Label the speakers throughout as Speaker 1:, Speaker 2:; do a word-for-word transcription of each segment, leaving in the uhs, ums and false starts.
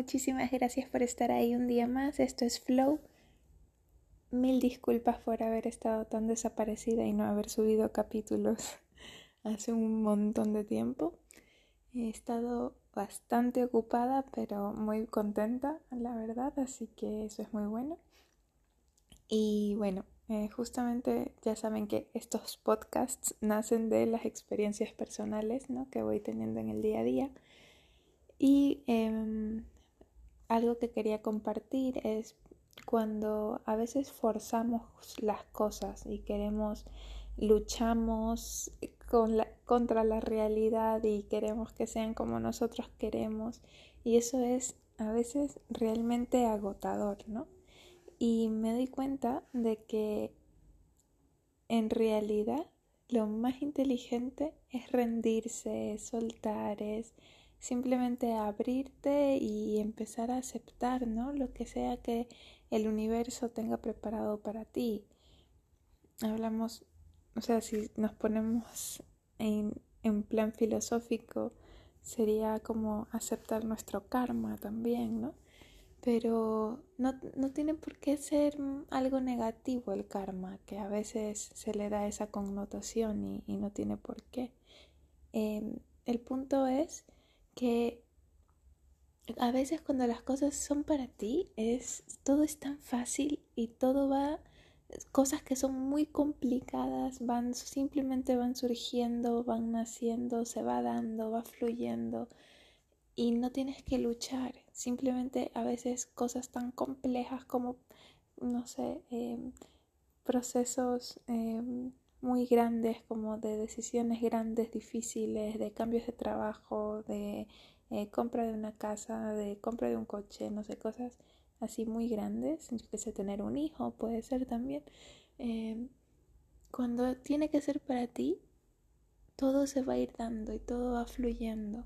Speaker 1: muchísimas gracias por estar ahí un día más. Esto es Flow. Mil disculpas por haber estado tan desaparecida y no haber subido capítulos hace un montón de tiempo. He estado bastante ocupada, pero muy contenta, la verdad, así que eso es muy bueno. Y bueno, eh, justamente ya saben que estos podcasts nacen de las experiencias personales, ¿no?, que voy teniendo en el día a día. Y eh, algo que quería compartir es cuando a veces forzamos las cosas y queremos, luchamos con la, contra la realidad y queremos que sean como nosotros queremos, y eso es a veces realmente agotador, ¿no? Y me doy cuenta de que en realidad lo más inteligente es rendirse, es soltar, es simplemente abrirte y empezar a aceptar, ¿no?, lo que sea que el universo tenga preparado para ti. Hablamos, o sea, si nos ponemos en, en plan filosófico, sería como aceptar nuestro karma también, ¿no? Pero no, no tiene por qué ser algo negativo el karma, que a veces se le da esa connotación y, y no tiene por qué. Eh, el punto es que a veces cuando las cosas son para ti, es, todo es tan fácil y todo va, cosas que son muy complicadas, van, simplemente van surgiendo, van naciendo, se va dando, va fluyendo. Y no tienes que luchar, simplemente a veces cosas tan complejas como, no sé, eh, procesos eh, muy grandes, como de decisiones grandes, difíciles, de cambios de trabajo, de eh, compra de una casa, de compra de un coche, no sé, cosas así muy grandes, yo que sé, tener un hijo puede ser también. Eh, cuando tiene que ser para ti, todo se va a ir dando y todo va fluyendo.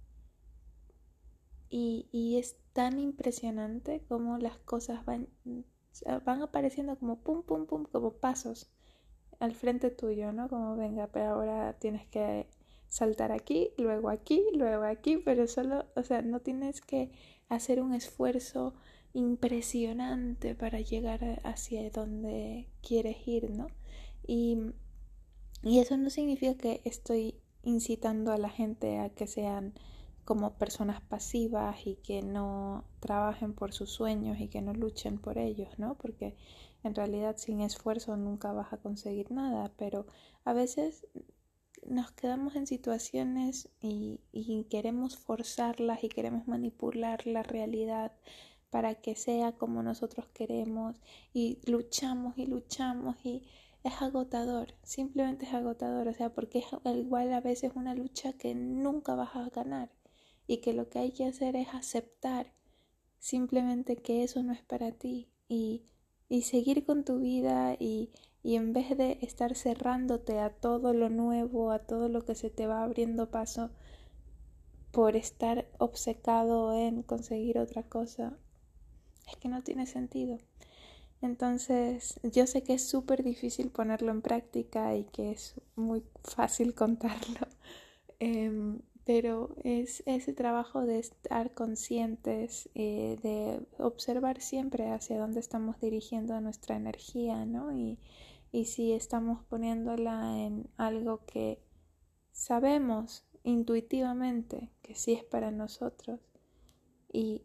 Speaker 1: Y, y es tan impresionante como las cosas van, van apareciendo como pum, pum, pum, como pasos al frente tuyo, ¿no? Como venga, pero ahora tienes que saltar aquí, luego aquí, luego aquí, pero solo, o sea, no tienes que hacer un esfuerzo impresionante para llegar hacia donde quieres ir, ¿no? Y, y eso no significa que estoy incitando a la gente a que sean como personas pasivas y que no trabajen por sus sueños y que no luchen por ellos, ¿no? Porque en realidad sin esfuerzo nunca vas a conseguir nada, pero a veces nos quedamos en situaciones y, y queremos forzarlas y queremos manipular la realidad para que sea como nosotros queremos, y luchamos y luchamos y es agotador, simplemente es agotador, o sea, porque es igual a veces una lucha que nunca vas a ganar y que lo que hay que hacer es aceptar simplemente que eso no es para ti y, y seguir con tu vida y, y en vez de estar cerrándote a todo lo nuevo, a todo lo que se te va abriendo paso por estar obcecado en conseguir otra cosa, es que no tiene sentido. Entonces, yo sé que es súper difícil ponerlo en práctica y que es muy fácil contarlo, eh, pero es ese trabajo de estar conscientes, eh, de observar siempre hacia dónde estamos dirigiendo nuestra energía, ¿no? Y, y si estamos poniéndola en algo que sabemos intuitivamente que sí es para nosotros, y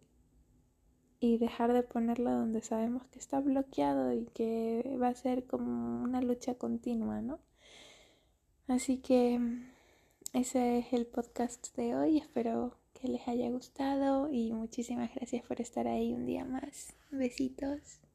Speaker 1: y dejar de ponerlo donde sabemos que está bloqueado y que va a ser como una lucha continua, ¿no? Así que ese es el podcast de hoy. Espero que les haya gustado y muchísimas gracias por estar ahí un día más. Besitos.